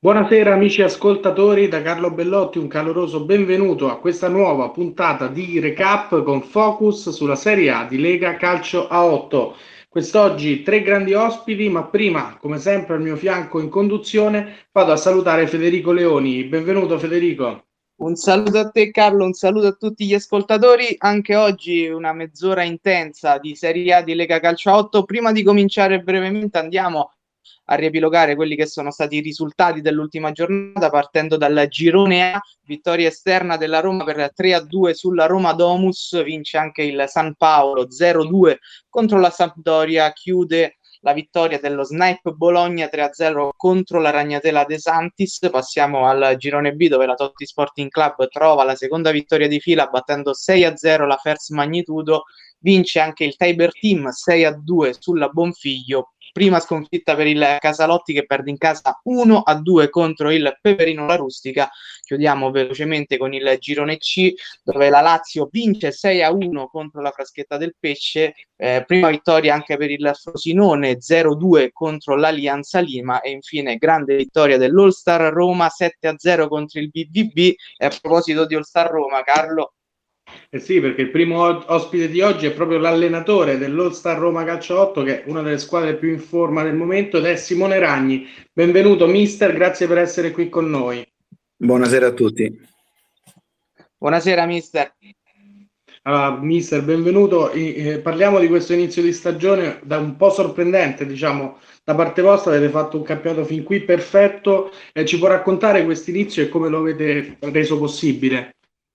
Buonasera amici ascoltatori, da Carlo Bellotti un caloroso benvenuto a questa nuova puntata di recap con focus sulla Serie A di Lega Calcio a 8. Quest'oggi tre grandi ospiti, ma prima, come sempre, al mio fianco in conduzione vado a salutare Federico Leoni. Benvenuto Federico. Un saluto a te Carlo, un saluto a tutti gli ascoltatori. Anche oggi una mezz'ora intensa di Serie A di Lega Calcio 8. Prima di cominciare brevemente andiamo a riepilogare quelli che sono stati i risultati dell'ultima giornata, partendo dal girone A, vittoria esterna della Roma per 3-2 sulla Roma Domus, vince anche il San Paolo 0-2 contro la Sampdoria, chiude la vittoria dello Snipe Bologna 3-0 contro la Ragnatela De Santis. Passiamo al girone B, dove la Totti Sporting Club trova la seconda vittoria di fila battendo 6-0 la Fers Magnitudo, vince anche il Tiber Team 6-2 sulla Bonfiglio. Prima sconfitta per il Casalotti, che perde in casa 1-2 contro il Peperino La Rustica. Chiudiamo velocemente con il girone C, dove la Lazio vince 6-1 contro la Fraschetta del Pesce, prima vittoria anche per il Frosinone 0-2 contro l'Alianza Lima, e infine grande vittoria dell'All Star Roma 7-0 contro il BVB. E a proposito di All Star Roma, Carlo, Sì, perché il primo ospite di oggi è proprio l'allenatore dell'All Star Roma Calcio 8, che è una delle squadre più in forma del momento, ed è Simone Ragni. Benvenuto mister, grazie per essere qui con noi. Buonasera a tutti. Buonasera mister. Allora, mister, benvenuto. Parliamo di questo inizio di stagione da un po' sorprendente, diciamo, da parte vostra. Avete fatto un campionato fin qui perfetto. Ci può raccontare questo inizio e come lo avete reso possibile?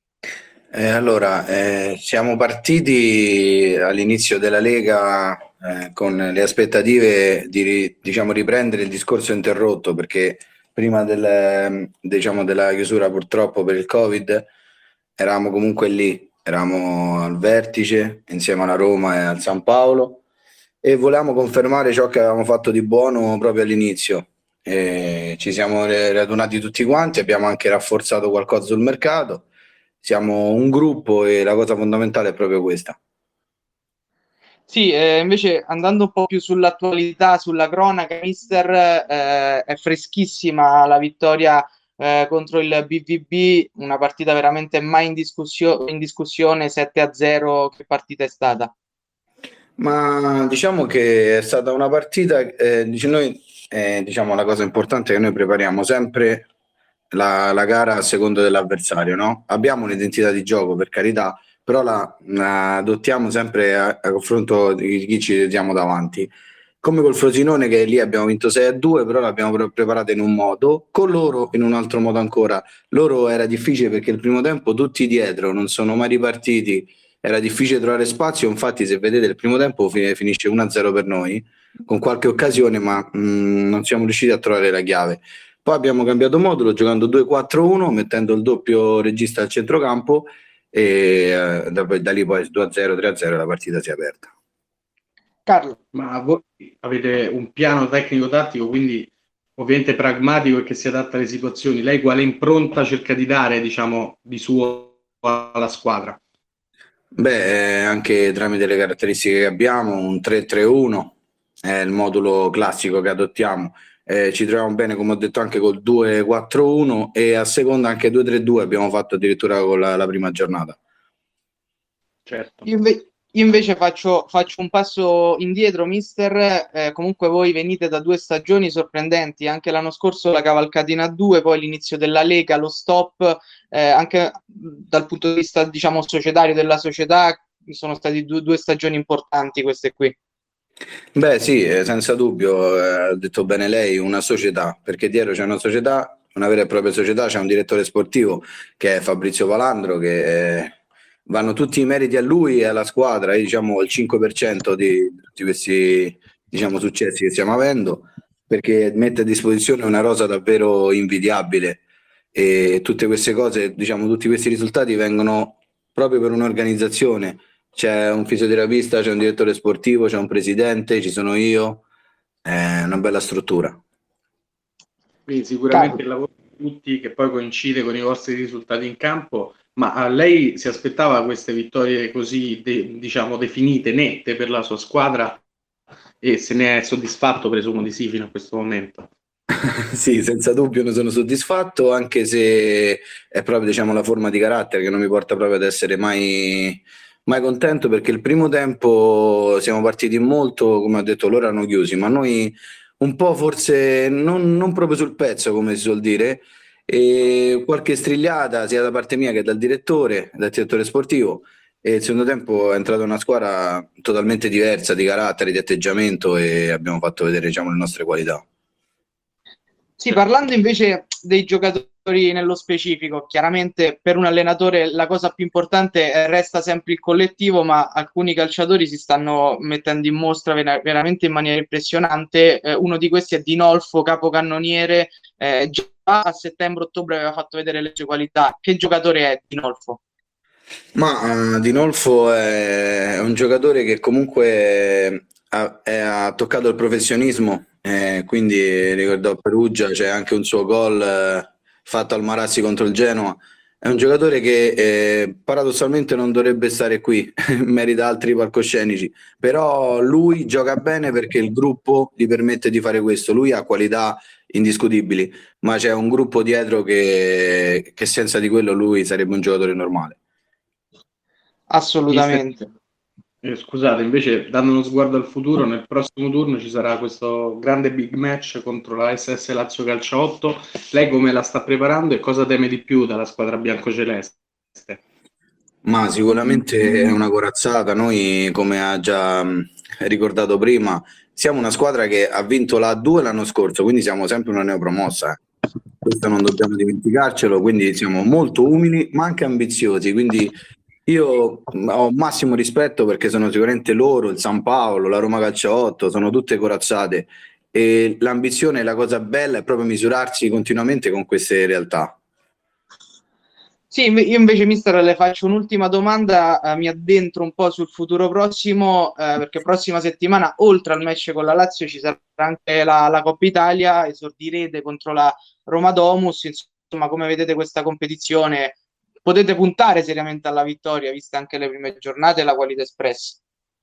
Siamo partiti all'inizio della Lega con le aspettative di riprendere il discorso interrotto, perché prima della chiusura purtroppo per il Covid eravamo comunque lì, eravamo al vertice insieme alla Roma e al San Paolo, e volevamo confermare ciò che avevamo fatto di buono proprio all'inizio. Ci siamo radunati tutti quanti, abbiamo anche rafforzato qualcosa sul mercato. Siamo un gruppo e la cosa fondamentale è proprio questa. Sì, invece andando un po' più sull'attualità, sulla cronaca, mister, è freschissima la vittoria contro il BVB, una partita veramente mai in discussione 7-0. Che partita è stata? Ma diciamo che è stata una partita, diciamo la cosa importante è che noi prepariamo sempre la gara a seconda dell'avversario, no? Abbiamo un'identità di gioco, per carità, però la adottiamo sempre a confronto di chi ci vediamo davanti. Come col Frosinone, che lì abbiamo vinto 6-2, però l'abbiamo preparata in un modo, con loro in un altro modo ancora. Loro era difficile perché il primo tempo tutti dietro, non sono mai ripartiti, era difficile trovare spazio. Infatti se vedete il primo tempo finisce 1-0 per noi, con qualche occasione, ma non siamo riusciti a trovare la chiave. Poi abbiamo cambiato modulo giocando 2-4-1, mettendo il doppio regista al centrocampo, e da lì poi 2-0, 3-0 la partita si è aperta. Carlo. Ma voi avete un piano tecnico-tattico, quindi ovviamente pragmatico e che si adatta alle situazioni. Lei quale impronta cerca di dare, diciamo, di suo alla squadra? Beh, anche tramite le caratteristiche che abbiamo, un 3-3-1 è il modulo classico che adottiamo. Ci troviamo bene, come ho detto, anche col 2-4-1, e a seconda anche 2-3-2 abbiamo fatto addirittura con la prima giornata. Certo. Io invece faccio un passo indietro, mister. Comunque voi venite da due stagioni sorprendenti, anche l'anno scorso la cavalcatina a due, poi l'inizio della Lega, lo stop, anche dal punto di vista, diciamo, societario della società, sono stati due stagioni importanti queste qui. Beh, sì, senza dubbio, ha detto bene lei, una società, perché dietro c'è una società, una vera e propria società, c'è un direttore sportivo che è Fabrizio Palandro, che vanno tutti i meriti a lui e alla squadra, e diciamo il 5% di tutti questi, diciamo, successi che stiamo avendo, perché mette a disposizione una rosa davvero invidiabile, e tutte queste cose, diciamo, tutti questi risultati vengono proprio per un'organizzazione. C'è un fisioterapista, c'è un direttore sportivo, c'è un presidente, ci sono io, è una bella struttura. Quindi sicuramente il lavoro di tutti, che poi coincide con i vostri risultati in campo, ma a lei si aspettava queste vittorie così, diciamo, definite, nette per la sua squadra, e se ne è soddisfatto, presumo di sì, fino a questo momento? Sì, senza dubbio ne sono soddisfatto, anche se è proprio, diciamo, la forma di carattere che non mi porta proprio ad essere mai contento, perché il primo tempo siamo partiti molto, come ha detto loro, erano chiusi, ma noi un po' forse non proprio sul pezzo, come si suol dire, e qualche strigliata sia da parte mia che dal direttore sportivo. E il secondo tempo è entrata una squadra totalmente diversa di carattere, di atteggiamento, e abbiamo fatto vedere, diciamo, le nostre qualità. Sì, parlando invece dei giocatori nello specifico, chiaramente per un allenatore la cosa più importante resta sempre il collettivo, ma alcuni calciatori si stanno mettendo in mostra veramente in maniera impressionante. Uno di questi è Dinolfo, capocannoniere, già a settembre-ottobre aveva fatto vedere le sue qualità. Che giocatore è Dinolfo? Ma Dinolfo è un giocatore che comunque ha toccato il professionismo, quindi ricordo a Perugia c'è anche un suo gol fatto al Marassi contro il Genoa. È un giocatore che paradossalmente non dovrebbe stare qui, merita altri palcoscenici, però lui gioca bene perché il gruppo gli permette di fare questo. Lui ha qualità indiscutibili, ma c'è un gruppo dietro che senza di quello lui sarebbe un giocatore normale. Mister, Assolutamente. scusate, invece dando uno sguardo al futuro, nel prossimo turno ci sarà questo grande big match contro la SS Lazio Calcio 8. Lei come la sta preparando e cosa teme di più dalla squadra biancoceleste? Ma sicuramente è una corazzata. Noi, come ha già ricordato prima, siamo una squadra che ha vinto la A2 l'anno scorso, quindi siamo sempre una neopromossa. Questo non dobbiamo dimenticarcelo, quindi siamo molto umili, ma anche ambiziosi. Quindi io ho massimo rispetto perché sono sicuramente loro, il San Paolo, la Roma Calcio 8, sono tutte corazzate. E l'ambizione, la cosa bella è proprio misurarsi continuamente con queste realtà. Sì, io invece, mister, le faccio un'ultima domanda, mi addentro un po' sul futuro prossimo, perché prossima settimana, oltre al match con la Lazio, ci sarà anche la Coppa Italia, esordirete contro la Roma Domus, insomma, come vedete questa competizione? Potete puntare seriamente alla vittoria, viste anche le prime giornate e la qualità espressa.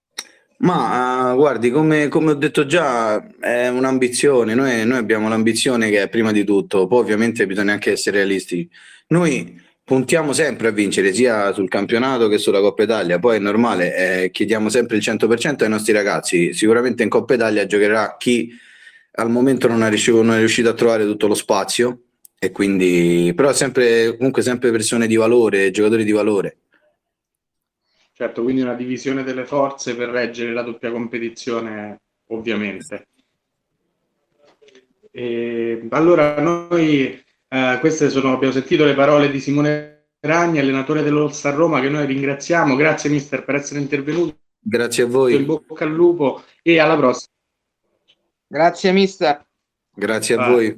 Ma guardi, come ho detto già, è un'ambizione. Noi abbiamo l'ambizione che è prima di tutto, poi ovviamente bisogna anche essere realisti. Noi puntiamo sempre a vincere sia sul campionato che sulla Coppa Italia, poi è normale, chiediamo sempre il 100% ai nostri ragazzi. Sicuramente in Coppa Italia giocherà chi al momento non è riuscito a trovare tutto lo spazio, e quindi, però sempre, comunque sempre persone di valore, giocatori di valore. Certo, quindi una divisione delle forze per reggere la doppia competizione, ovviamente. Allora, noi abbiamo sentito le parole di Simone Ragni, allenatore dell'All Star Roma, che noi ringraziamo. Grazie, mister, per essere intervenuto. Grazie a In voi. bocca al lupo e alla prossima. Grazie, mister. Grazie a voi.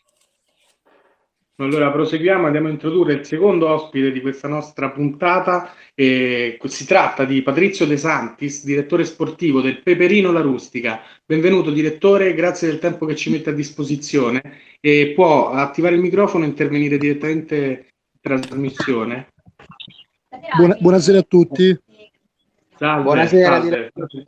Allora proseguiamo, andiamo a introdurre il secondo ospite di questa nostra puntata. Si tratta di Patrizio De Santis, direttore sportivo del Peperino La Rustica. Benvenuto direttore, grazie del tempo che ci mette a disposizione. E può attivare il microfono e intervenire direttamente in trasmissione. Buonasera a tutti. Salve, Buonasera, salve.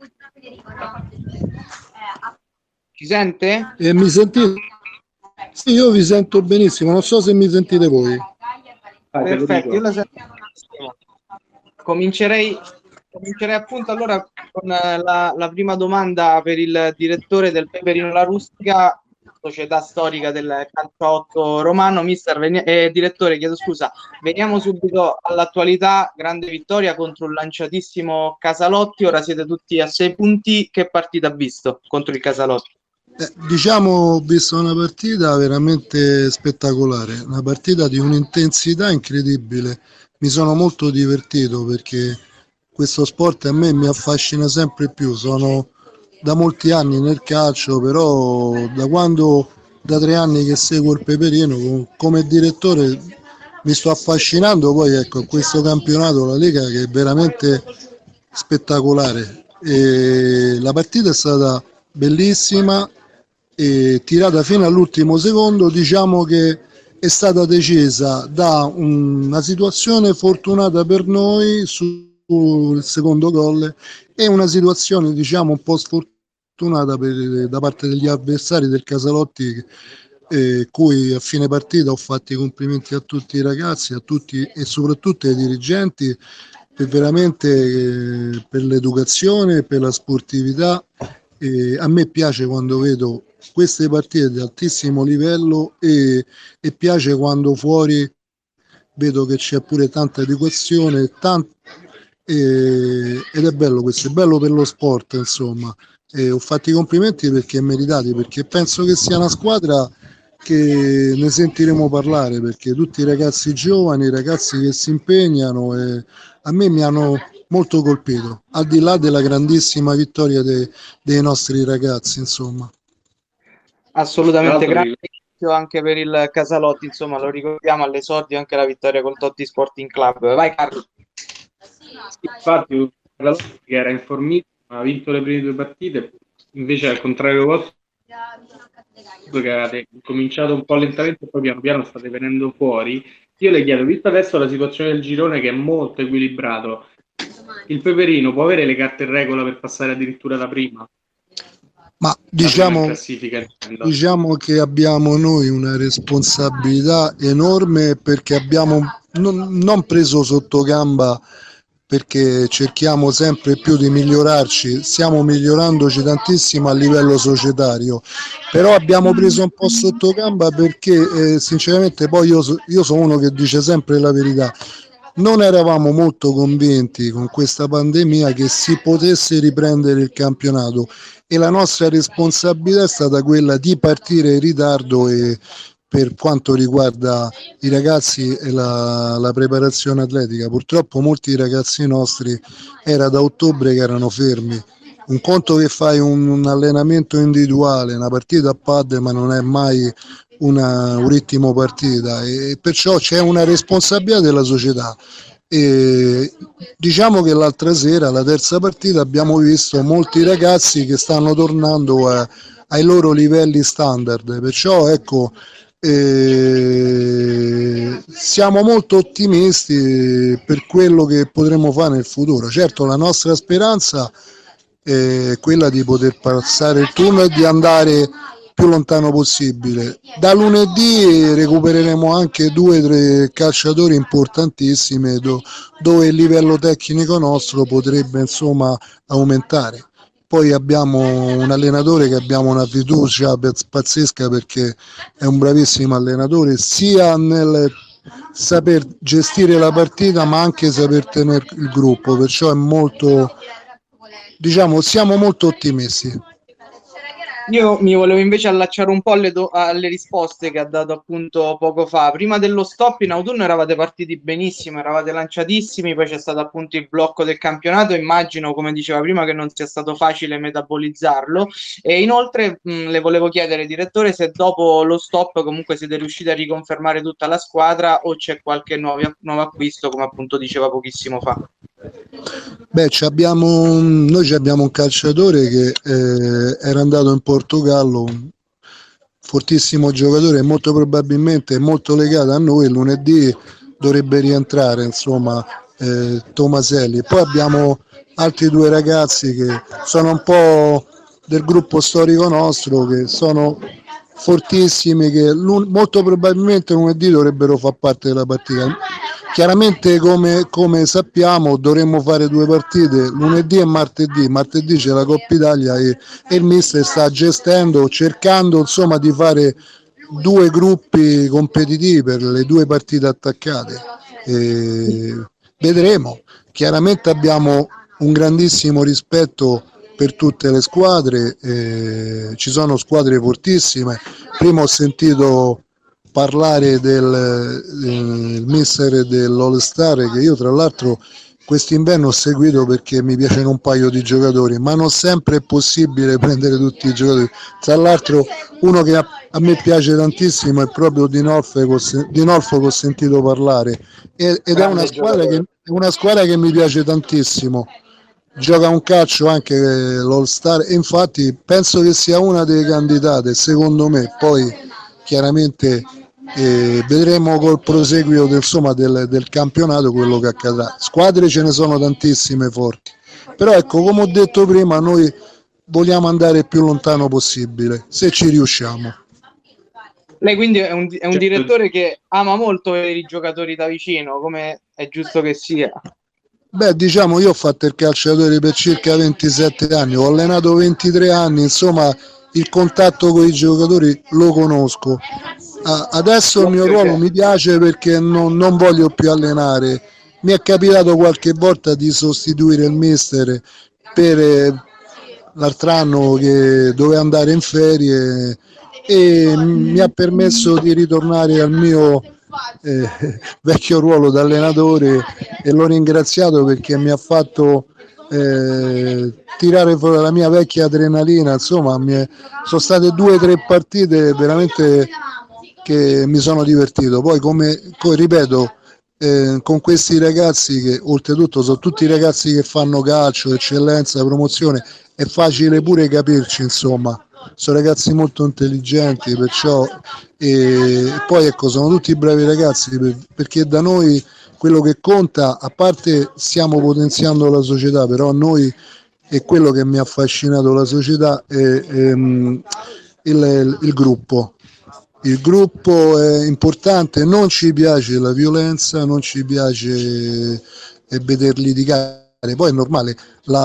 Ci sente? Mi sentite? Sì, io vi sento benissimo, non so se mi sentite voi. Perfetto, io la sento benissimo. Comincerei appunto allora con la prima domanda per il direttore del Peperino La Rustica, società storica del calcio 8 romano. Mister, direttore, chiedo scusa, veniamo subito all'attualità. Grande vittoria contro un lanciatissimo Casalotti, ora siete tutti a 6 punti. Che partita ha visto contro il Casalotti? Diciamo, ho visto una partita veramente spettacolare, una partita di un'intensità incredibile. Mi sono molto divertito perché questo sport a me mi affascina sempre più. Sono da molti anni nel calcio, però da 3 anni che seguo il Peperino come direttore mi sto affascinando. Poi ecco, questo campionato, la Lega, che è veramente spettacolare. E la partita è stata bellissima e tirata fino all'ultimo secondo. Diciamo che è stata decisa da una situazione fortunata per noi sul secondo gol e una situazione, diciamo, un po' sfortunata da parte degli avversari del Casalotti, cui a fine partita ho fatto i complimenti a tutti i ragazzi, a tutti e soprattutto ai dirigenti per veramente per l'educazione, per la sportività. A me piace quando vedo queste partite di altissimo livello e piace quando fuori vedo che c'è pure tanta educazione ed è bello questo, è bello per lo sport, insomma. Ho fatto i complimenti perché meritati, perché penso che sia una squadra che ne sentiremo parlare, perché tutti i ragazzi giovani, i ragazzi che si impegnano, a me mi hanno molto colpito, al di là della grandissima vittoria dei nostri ragazzi, insomma. Assolutamente, grande inizio anche per il Casalotti, insomma, lo ricordiamo all'esordio anche la vittoria col Totti Sporting Club. Vai Carlo. Sì, infatti, Casalotti che era informissimo, ha vinto le prime 2 partite, invece al contrario vostro, che avete cominciato un po' lentamente e poi piano piano state venendo fuori. Io le chiedo, visto adesso la situazione del girone che è molto equilibrato, il Peperino può avere le carte in regola per passare addirittura da prima? Ma diciamo che abbiamo noi una responsabilità enorme, perché abbiamo non preso sotto gamba, perché cerchiamo sempre più di migliorarci, stiamo migliorandoci tantissimo a livello societario, però abbiamo preso un po' sotto gamba perché sinceramente poi io sono uno che dice sempre la verità. Non eravamo molto convinti con questa pandemia che si potesse riprendere il campionato, e la nostra responsabilità è stata quella di partire in ritardo, e per quanto riguarda i ragazzi e la preparazione atletica, purtroppo molti ragazzi nostri era da ottobre che erano fermi. Un conto che fai un allenamento individuale, una partita a padel, ma non è mai un ritmo partita, e perciò c'è una responsabilità della società. E diciamo che l'altra sera, la terza partita, abbiamo visto molti ragazzi che stanno tornando ai loro livelli standard, perciò ecco, siamo molto ottimisti per quello che potremo fare nel futuro. Certo, la nostra speranza è quella di poter passare il turno e di andare più lontano possibile. Da lunedì recupereremo anche 2 o 3 calciatori importantissimi dove il livello tecnico nostro potrebbe insomma aumentare. Poi abbiamo un allenatore che abbiamo una fiducia pazzesca, perché è un bravissimo allenatore sia nel saper gestire la partita ma anche saper tenere il gruppo, perciò è molto, diciamo, siamo molto ottimisti. Io mi volevo invece allacciare un po' alle risposte che ha dato appunto poco fa. Prima dello stop in autunno eravate partiti benissimo, eravate lanciatissimi, poi c'è stato appunto il blocco del campionato. Immagino, come diceva prima, che non sia stato facile metabolizzarlo. E inoltre le volevo chiedere, direttore, se dopo lo stop comunque siete riusciti a riconfermare tutta la squadra o c'è qualche nuovo acquisto, come appunto diceva pochissimo fa. Beh, noi abbiamo un calciatore che era andato in Portogallo, un fortissimo giocatore, molto probabilmente molto legato a noi. Lunedì dovrebbe rientrare, insomma, Tomaselli. Poi abbiamo altri 2 ragazzi che sono un po' del gruppo storico nostro, che sono fortissimi, che molto probabilmente lunedì dovrebbero far parte della partita. Chiaramente, come sappiamo, dovremmo fare 2 partite lunedì e martedì. Martedì c'è la Coppa Italia e il mister sta gestendo, cercando insomma di fare 2 gruppi competitivi per le 2 partite attaccate. Vedremo. Chiaramente abbiamo un grandissimo rispetto per tutte le squadre, ci sono squadre fortissime. Prima ho sentito parlare del mister dell'All Star, che io tra l'altro quest'inverno ho seguito perché mi piacciono un paio di giocatori, ma non sempre è possibile prendere tutti i giocatori. Tra l'altro uno che a me piace tantissimo è proprio Di Nolfo, che ho sentito parlare, ed è una squadra che mi piace tantissimo. Gioca un calcio anche l'All Star, e infatti penso che sia una delle candidate, secondo me. Poi chiaramente vedremo col proseguio del campionato quello che accadrà. Squadre ce ne sono tantissime forti, però ecco, come ho detto prima, noi vogliamo andare il più lontano possibile, se ci riusciamo. Lei quindi è un direttore che ama molto vedere i giocatori da vicino, come è giusto che sia. Beh, diciamo, io ho fatto il calciatore per circa 27 anni, ho allenato 23 anni, insomma, il contatto con i giocatori lo conosco. Adesso il mio ruolo mi piace perché non voglio più allenare. Mi è capitato qualche volta di sostituire il mister per l'altro anno che doveva andare in ferie e mi ha permesso di ritornare al mio vecchio ruolo da allenatore e l'ho ringraziato perché mi ha fatto tirare fuori la mia vecchia adrenalina. Insomma, sono state 2 o 3 partite veramente che mi sono divertito. Poi come ripeto, con questi ragazzi che oltretutto sono tutti ragazzi che fanno calcio, eccellenza, promozione, è facile pure capirci, insomma, sono ragazzi molto intelligenti, perciò poi ecco, sono tutti bravi ragazzi perché da noi quello che conta, a parte stiamo potenziando la società, però a noi è quello che mi ha affascinato la società è il gruppo. Il gruppo è importante, non ci piace la violenza, non ci piace vederli litigare, poi è normale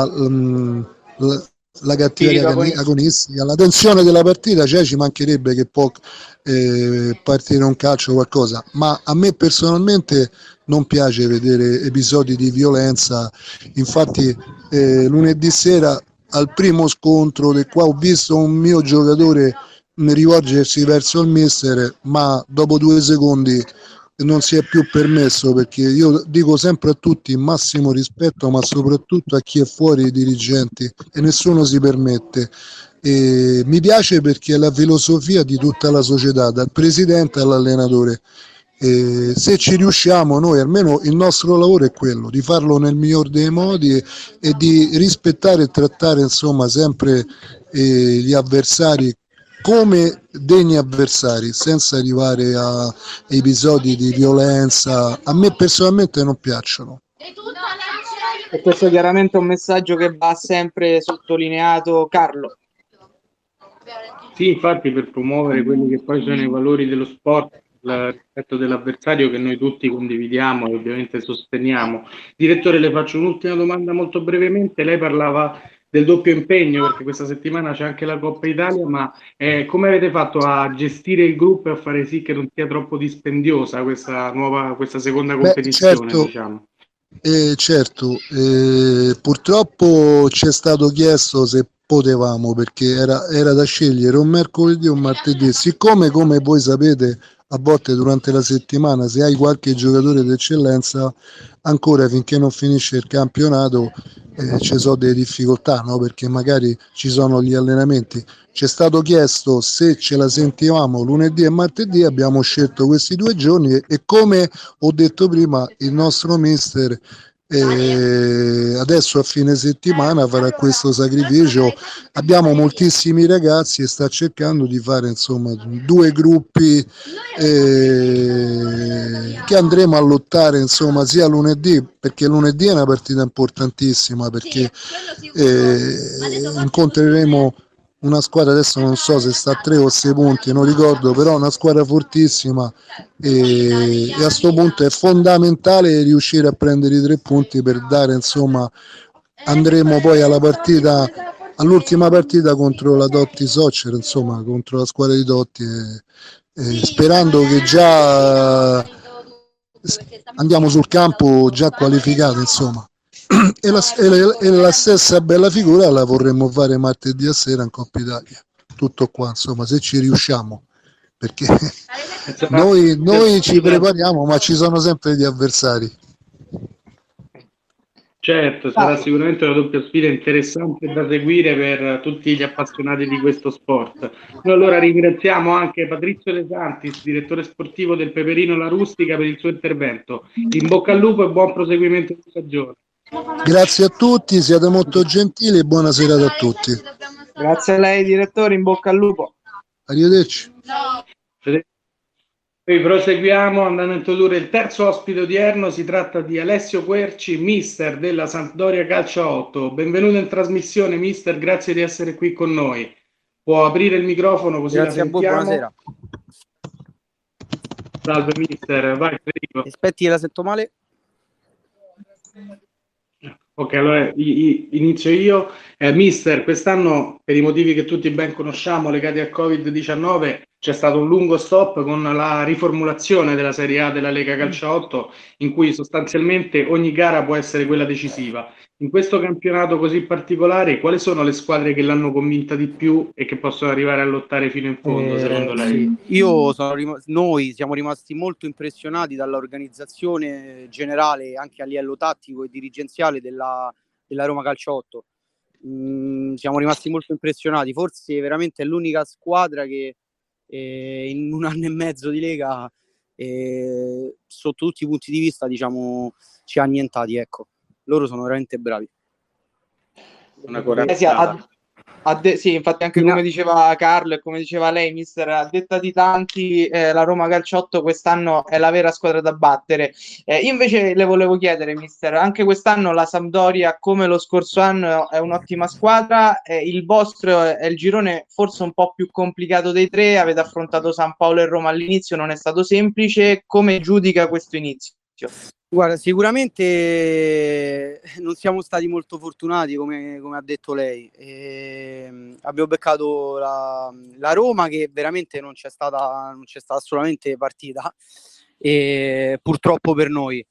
la cattiveria agonistica, la tensione della partita, cioè ci mancherebbe che può partire un calcio o qualcosa, ma a me personalmente non piace vedere episodi di violenza. Infatti lunedì sera al primo scontro del qua ho visto un mio giocatore rivolgersi verso il mister, ma dopo 2 secondi non si è più permesso, perché io dico sempre a tutti massimo rispetto, ma soprattutto a chi è fuori i dirigenti, e nessuno si permette. E mi piace perché è la filosofia di tutta la società, dal presidente all'allenatore. E se ci riusciamo noi, almeno il nostro lavoro è quello di farlo nel miglior dei modi e di rispettare e trattare insomma sempre gli avversari come degni avversari, senza arrivare a episodi di violenza. A me personalmente non piacciono. E questo è chiaramente un messaggio che va sempre sottolineato, Carlo. Sì, infatti, per promuovere quelli che poi sono i valori dello sport, il rispetto dell'avversario che noi tutti condividiamo e ovviamente sosteniamo. Direttore, le faccio un'ultima domanda molto brevemente. Lei parlava del doppio impegno perché questa settimana c'è anche la Coppa Italia, ma come avete fatto a gestire il gruppo e a fare sì che non sia troppo dispendiosa questa seconda competizione? Certo, purtroppo ci è stato chiesto se potevamo, perché era da scegliere un mercoledì o un martedì. Siccome, come voi sapete, a volte durante la settimana, se hai qualche giocatore d'eccellenza, ancora finché non finisce il campionato ci sono delle difficoltà, no? Perché magari ci sono gli allenamenti. Ci è stato chiesto se ce la sentivamo lunedì e martedì, abbiamo scelto questi 2 giorni e come ho detto prima il nostro mister adesso a fine settimana farà questo sacrificio. Abbiamo moltissimi ragazzi e sta cercando di fare insomma 2 gruppi che andremo a lottare insomma sia lunedì, perché lunedì è una partita importantissima, perché incontreremo una squadra, adesso non so se sta a 3 o 6 punti, non ricordo, però una squadra fortissima e a sto punto è fondamentale riuscire a prendere i 3 punti per dare insomma, andremo poi all'ultima partita contro la Dotti Soccer, insomma contro la squadra di Dotti sperando che già andiamo sul campo già qualificati insomma. E la stessa bella figura la vorremmo fare martedì a sera in Coppa Italia. Tutto qua, insomma, se ci riusciamo, perché noi ci prepariamo, ma ci sono sempre gli avversari. Certo, sarà sicuramente una doppia sfida interessante da seguire per tutti gli appassionati di questo sport. Noi allora ringraziamo anche Patrizio De Santis, direttore sportivo del Peperino La Rustica, per il suo intervento. In bocca al lupo e buon proseguimento di stagione. Grazie a tutti, siete molto gentili e buona serata a tutti. Grazie a lei direttore, in bocca al lupo. Arrivederci. Poi proseguiamo andando a introdurre il terzo ospite odierno. Si tratta di Alessio Querci, mister della Sampdoria Calcio 8. Benvenuto in trasmissione, mister, grazie di essere qui con noi. Può aprire il microfono così grazie la sentiamo. Buonasera. Salve mister, vai Federico. Aspetti, la sento male. Ok, allora inizio io. Mister, quest'anno, per i motivi che tutti ben conosciamo legati al Covid-19, c'è stato un lungo stop con la riformulazione della Serie A della Lega Calcio 8, in cui sostanzialmente ogni gara può essere quella decisiva. In questo campionato così particolare, quali sono le squadre che l'hanno convinta di più e che possono arrivare a lottare fino in fondo, secondo lei? Sì. Noi siamo rimasti molto impressionati dall'organizzazione generale, anche a livello tattico e dirigenziale della Roma Calcio 8. Siamo rimasti molto impressionati, forse veramente è l'unica squadra che in un anno e mezzo di Lega, sotto tutti i punti di vista, diciamo, ci ha annientati, ecco. Loro sono veramente bravi. Una sì, infatti anche come diceva Carlo e come diceva lei, mister, a detta di tanti, la Roma Calcio 8 quest'anno è la vera squadra da battere. Io invece le volevo chiedere, mister, anche quest'anno la Sampdoria, come lo scorso anno, è un'ottima squadra. Il vostro è il girone forse un po' più complicato dei tre, avete affrontato San Paolo e Roma all'inizio, non è stato semplice. Come giudica questo inizio? Guarda, sicuramente non siamo stati molto fortunati, come ha detto lei. Abbiamo beccato la Roma, che veramente non c'è stata assolutamente partita, purtroppo per noi.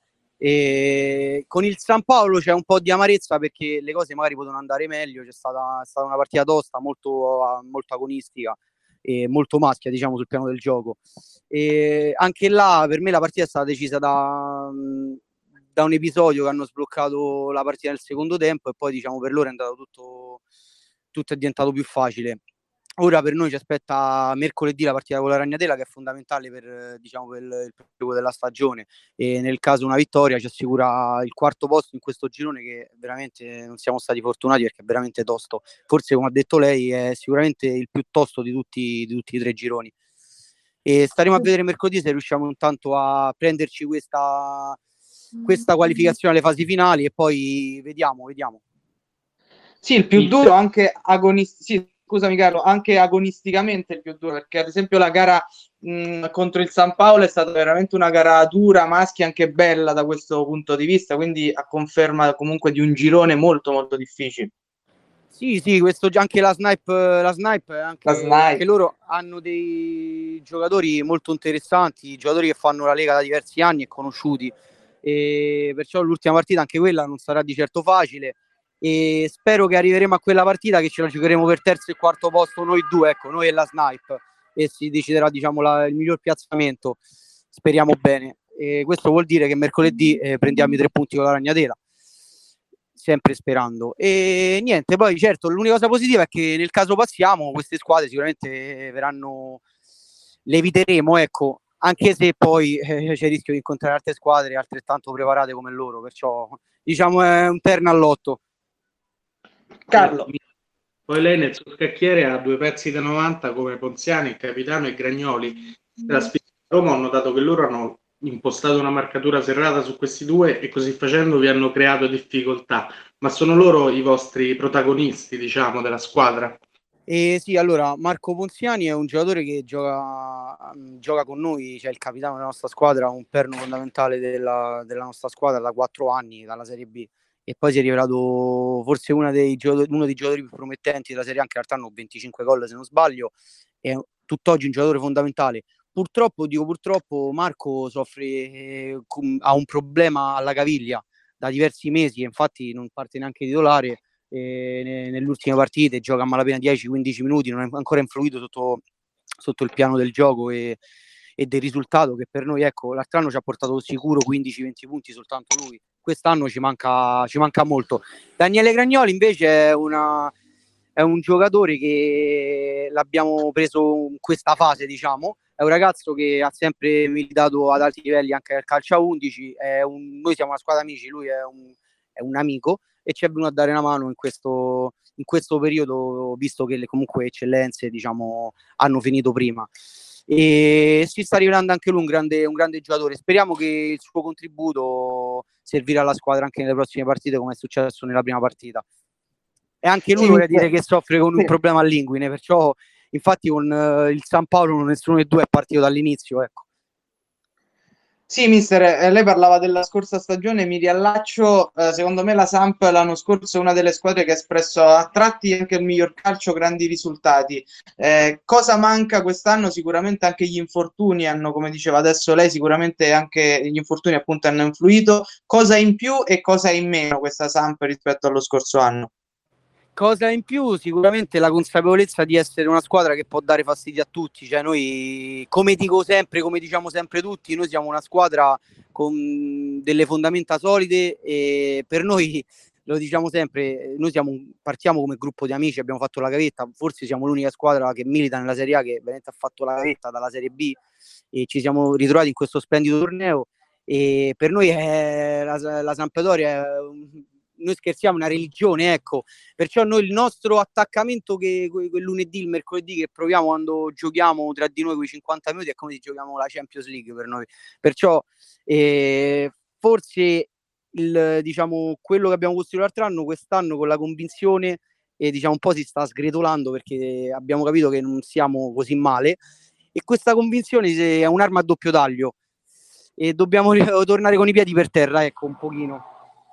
Con il San Paolo c'è un po' di amarezza, perché le cose magari potevano andare meglio. È stata una partita tosta, molto agonistica e molto maschia, diciamo, sul piano del gioco. E anche là per me la partita è stata decisa da un episodio che hanno sbloccato la partita nel secondo tempo, e poi, diciamo, per loro è andato tutto è diventato più facile. Ora per noi ci aspetta mercoledì la partita con la Ragnatela, che è fondamentale per, diciamo, per il proseguo della stagione, e nel caso una vittoria ci assicura il quarto posto in questo girone, che veramente non siamo stati fortunati, perché è veramente tosto. Forse, come ha detto lei, è sicuramente il più tosto di tutti i tre gironi, e staremo a vedere mercoledì se riusciamo intanto a prenderci questa qualificazione alle fasi finali, e poi vediamo. Sì, il più duro anche scusami Carlo, anche agonisticamente il più duro, perché ad esempio la gara contro il San Paolo è stata veramente una gara dura, maschia, anche bella da questo punto di vista, quindi a conferma comunque di un girone molto molto difficile. Sì, questo anche la Snipe anche loro hanno dei giocatori molto interessanti, giocatori che fanno la Lega da diversi anni e conosciuti, e perciò l'ultima partita, anche quella, non sarà di certo facile, e spero che arriveremo a quella partita che ce la giocheremo per terzo e quarto posto noi due, ecco, noi e la Snipe, e si deciderà, diciamo, il miglior piazzamento. Speriamo bene, e questo vuol dire che mercoledì prendiamo i 3 punti con la Ragnatela, sempre sperando. E niente, poi certo l'unica cosa positiva è che nel caso passiamo, queste squadre sicuramente le eviteremo, ecco, anche se poi c'è il rischio di incontrare altre squadre altrettanto preparate come loro, perciò, diciamo, è un terno all'otto. Carlo. Poi lei nel suo scacchiere ha 2 pezzi da 90 come Ponziani, il capitano, e Gragnoli. La Roma, ho notato che loro hanno impostato una marcatura serrata su questi due, e così facendo vi hanno creato difficoltà. Ma sono loro i vostri protagonisti, diciamo, della squadra? Sì, allora Marco Ponziani è un giocatore che gioca con noi, cioè il capitano della nostra squadra, un perno fondamentale della nostra squadra da 4 anni, dalla Serie B, e poi si è rivelato forse uno dei giocatori più promettenti della Serie A, anche in realtà hanno 25 gol se non sbaglio, è tutt'oggi un giocatore fondamentale. Purtroppo Marco soffre, ha un problema alla caviglia da diversi mesi, e infatti non parte neanche titolare. Nelle ultime partite gioca a malapena 10-15 minuti, non è ancora influito sotto il piano del gioco e del risultato, che per noi, ecco, l'altro anno ci ha portato sicuro 15-20 punti soltanto lui, quest'anno ci manca molto. Daniele Gragnoli invece è un giocatore che l'abbiamo preso in questa fase, diciamo. È un ragazzo che ha sempre militato ad alti livelli anche al calcio a 11, noi siamo una squadra amici, lui è un amico, e ci è venuto a dare una mano in questo periodo, visto che comunque eccellenze, diciamo, hanno finito prima, e si sta rivelando anche lui un grande giocatore. Speriamo che il suo contributo servirà alla squadra anche nelle prossime partite, come è successo nella prima partita. E anche lui, vorrei dire, che soffre con un problema all'inguine, perciò infatti con il San Paolo nessuno dei due è partito dall'inizio, ecco. Sì, mister, lei parlava della scorsa stagione, mi riallaccio, secondo me la Samp l'anno scorso è una delle squadre che ha espresso a tratti anche il miglior calcio, grandi risultati. Cosa manca quest'anno? Sicuramente anche gli infortuni hanno, come diceva adesso lei, sicuramente anche gli infortuni appunto hanno influito. Cosa in più e cosa in meno questa Samp rispetto allo scorso anno? Cosa in più? Sicuramente la consapevolezza di essere una squadra che può dare fastidio a tutti. Cioè noi, come dico sempre, come diciamo sempre tutti, noi siamo una squadra con delle fondamenta solide e per noi, lo diciamo sempre, noi partiamo come gruppo di amici, abbiamo fatto la gavetta, forse siamo l'unica squadra che milita nella Serie A che veramente ha fatto la gavetta dalla Serie B e ci siamo ritrovati in questo splendido torneo e per noi la Sampdoria è noi scherziamo, una religione, ecco. Perciò noi il nostro attaccamento che quel lunedì, il mercoledì che proviamo quando giochiamo tra di noi quei 50 minuti è come se giochiamo la Champions League per noi. Perciò forse diciamo, quello che abbiamo costruito l'altro anno, quest'anno con la convinzione diciamo un po' si sta sgretolando perché abbiamo capito che non siamo così male e questa convinzione è un'arma a doppio taglio e dobbiamo tornare con i piedi per terra, ecco, un pochino.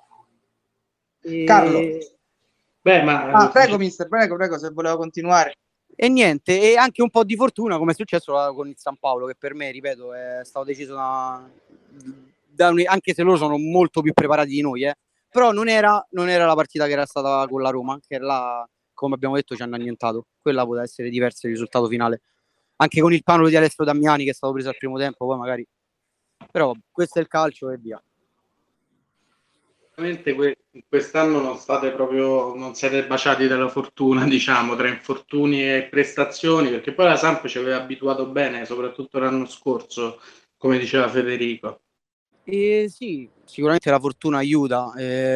Carlo. Prego, mister, prego, se voleva continuare. E niente, e anche un po' di fortuna come è successo con il San Paolo, che per me, ripeto, è stato deciso anche se loro sono molto più preparati di noi, però non era la partita che era stata con la Roma, che là, come abbiamo detto, ci hanno annientato. Quella poteva essere diversa il risultato finale, anche con il palo di Alessio Damiani che è stato preso al primo tempo, poi magari, però questo è il calcio e via. Quest'anno non siete baciati dalla fortuna, diciamo, tra infortuni e prestazioni, perché poi la Samp ci aveva abituato bene, soprattutto l'anno scorso, come diceva Federico. Sì, sicuramente la fortuna aiuta.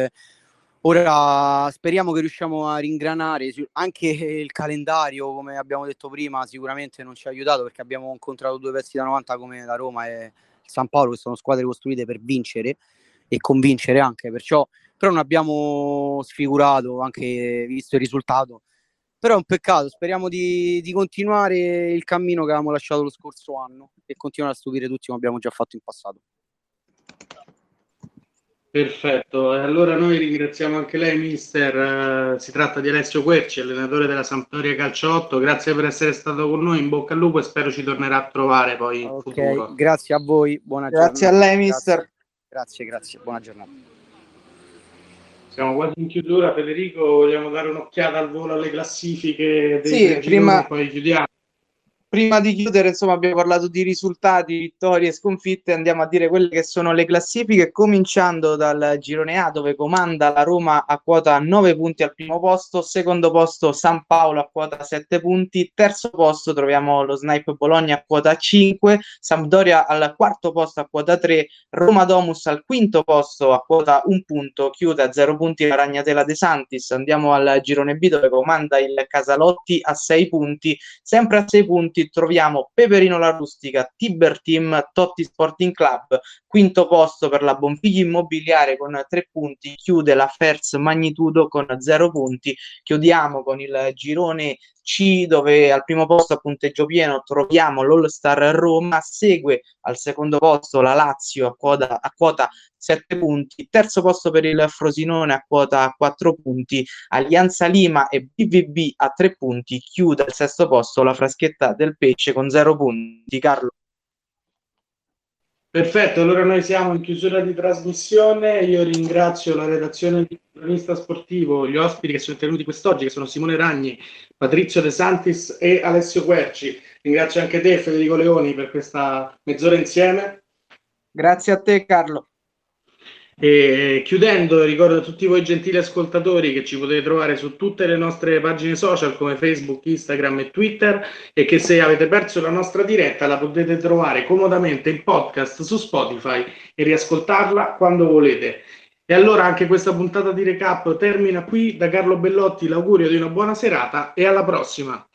Ora speriamo che riusciamo a ringranare. Anche il calendario, come abbiamo detto prima, sicuramente non ci ha aiutato perché abbiamo incontrato due pezzi da 90 come la Roma e il San Paolo, che sono squadre costruite per vincere e convincere anche, però non abbiamo sfigurato anche visto il risultato, però è un peccato. Speriamo di continuare il cammino che avevamo lasciato lo scorso anno e continuare a stupire tutti come abbiamo già fatto in passato. Perfetto, e allora noi ringraziamo anche lei, mister. Si tratta di Alessio Querci, allenatore della Sampdoria Calcio 8. Grazie per essere stato con noi, in bocca al lupo e spero ci tornerà a trovare poi in futuro. Grazie a voi, buona giornata. Grazie a lei, mister. Grazie, buona giornata. Siamo quasi in chiusura, Federico, vogliamo dare un'occhiata al volo alle classifiche dei sì, gironi, poi chiudiamo. Prima di chiudere, insomma, abbiamo parlato di risultati, vittorie e sconfitte, andiamo a dire quelle che sono le classifiche, cominciando dal girone A, dove comanda la Roma a quota 9 punti al primo posto, secondo posto San Paolo a quota 7 punti, terzo posto troviamo lo Snipe Bologna a quota 5, Sampdoria al quarto posto a quota 3, Roma Domus al quinto posto a quota 1 punto, chiude a 0 punti la Ragnatela De Santis. Andiamo al girone B, dove comanda il Casalotti a 6 punti, sempre a 6 punti troviamo Peperino La Rustica, Tiber Team, Totti Sporting Club, quinto posto per la Bonfigli Immobiliare con 3 punti, chiude la Fers Magnitudo con 0 punti. Chiudiamo con il girone C, dove al primo posto a punteggio pieno troviamo l'All Star Roma, segue al secondo posto la Lazio a quota 7 punti, terzo posto per il Frosinone a quota 4 punti, Alianza Lima e BVB a 3 punti, chiude al sesto posto la Fraschetta del Pesce con 0 punti. Carlo. Perfetto, allora noi siamo in chiusura di trasmissione. Io ringrazio la redazione di Cronista Sportivo, gli ospiti che sono intervenuti quest'oggi, che sono Simone Ragni, Patrizio De Santis e Alessio Querci. Ringrazio anche te, Federico Leoni, per questa mezz'ora insieme. Grazie a te, Carlo. E chiudendo, ricordo a tutti voi gentili ascoltatori che ci potete trovare su tutte le nostre pagine social come Facebook, Instagram e Twitter, e che se avete perso la nostra diretta la potete trovare comodamente in podcast su Spotify e riascoltarla quando volete. E allora anche questa puntata di recap termina qui. Da Carlo Bellotti l'augurio di una buona serata e alla prossima.